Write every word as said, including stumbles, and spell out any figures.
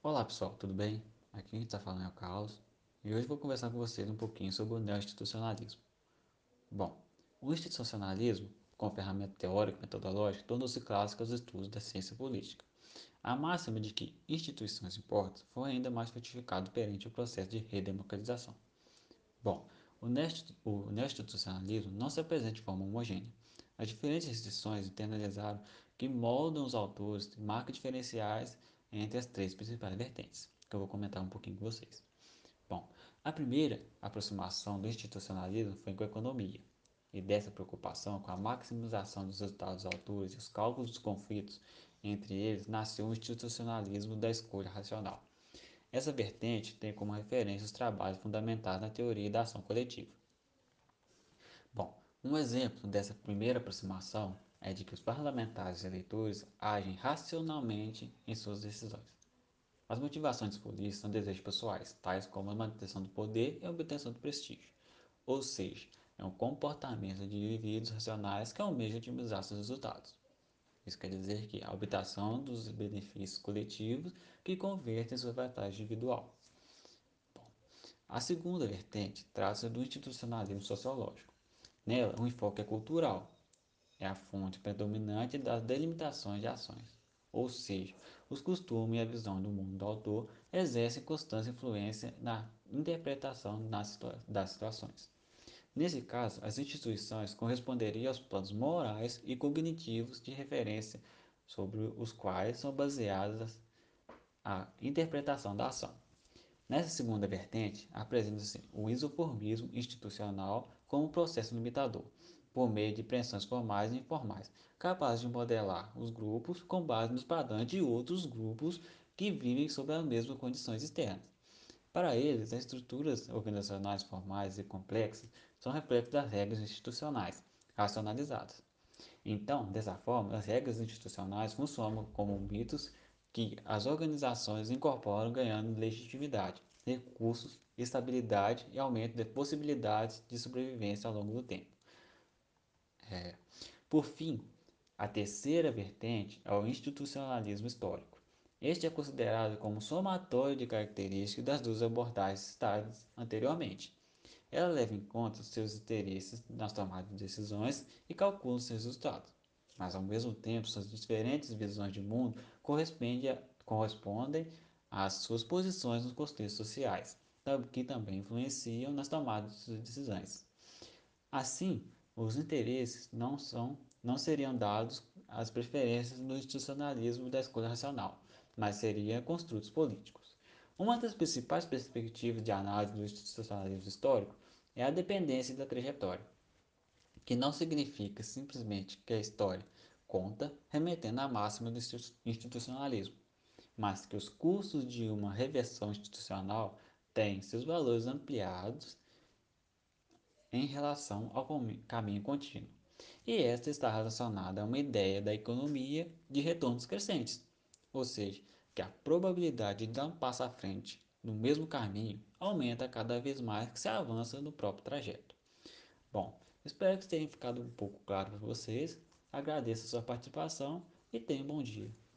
Olá pessoal, tudo bem? Aqui quem está falando é o Carlos e hoje vou conversar com vocês um pouquinho sobre o neo-institucionalismo. Bom, o institucionalismo, como ferramenta teórica e metodológica, tornou-se clássico aos estudos da ciência política. A máxima de que instituições importam foi ainda mais fortificado perante o processo de redemocratização. Bom, o neo- o neo-institucionalismo não se apresenta de forma homogênea. As diferentes instituições internalizaram que moldam os autores e marcam diferenciais entre as três principais vertentes, que eu vou comentar um pouquinho com vocês. Bom, a primeira aproximação do institucionalismo foi com a economia, e dessa preocupação com a maximização dos resultados dos autores e os cálculos dos conflitos entre eles nasceu o institucionalismo da escolha racional. Essa vertente tem como referência os trabalhos fundamentados na teoria da ação coletiva. Bom, um exemplo dessa primeira aproximação é de que os parlamentares e eleitores agem racionalmente em suas decisões. As motivações dos políticos são desejos pessoais, tais como a manutenção do poder e a obtenção do prestígio. Ou seja, é um comportamento de indivíduos racionais que almejam otimizar seus resultados. Isso quer dizer que a obtenção dos benefícios coletivos que convertem em sua vantagem individual. A segunda vertente trata-se do institucionalismo sociológico. Nela, o enfoque é cultural, é a fonte predominante das delimitações de ações. Ou seja, os costumes e a visão do mundo do autor exercem constante influência na interpretação das situações. Nesse caso, as instituições corresponderiam aos planos morais e cognitivos de referência sobre os quais são baseadas a interpretação da ação. Nessa segunda vertente, apresenta-se o isoformismo institucional como processo limitador, por meio de pressões formais e informais, capazes de modelar os grupos com base nos padrões de outros grupos que vivem sob as mesmas condições externas. Para eles, as estruturas organizacionais formais e complexas são reflexos das regras institucionais racionalizadas. Então, dessa forma, as regras institucionais funcionam como mitos que as organizações incorporam, ganhando legitimidade, recursos, estabilidade e aumento de possibilidades de sobrevivência ao longo do tempo. Por fim, a terceira vertente é o institucionalismo histórico. Este é considerado como somatório de características das duas abordagens citadas anteriormente. Ela leva em conta os seus interesses nas tomadas de decisões e calcula seus resultados. Mas, ao mesmo tempo, suas diferentes visões de mundo correspondem, a, correspondem às suas posições nos contextos sociais, que também influenciam nas tomadas de decisões. Assim, os interesses não, são, não seriam dados às preferências do institucionalismo da escolha racional, mas seriam construtos políticos. Uma das principais perspectivas de análise do institucionalismo histórico é a dependência da trajetória, que não significa simplesmente que a história conta, remetendo à máxima do institucionalismo, mas que os custos de uma reversão institucional têm seus valores ampliados em relação ao caminho contínuo. E esta está relacionada a uma ideia da economia de retornos crescentes, ou seja, que a probabilidade de dar um passo à frente no mesmo caminho aumenta cada vez mais que se avança no próprio trajeto. Bom, espero que tenha ficado um pouco claro para vocês. Agradeço a sua participação e tenha um bom dia.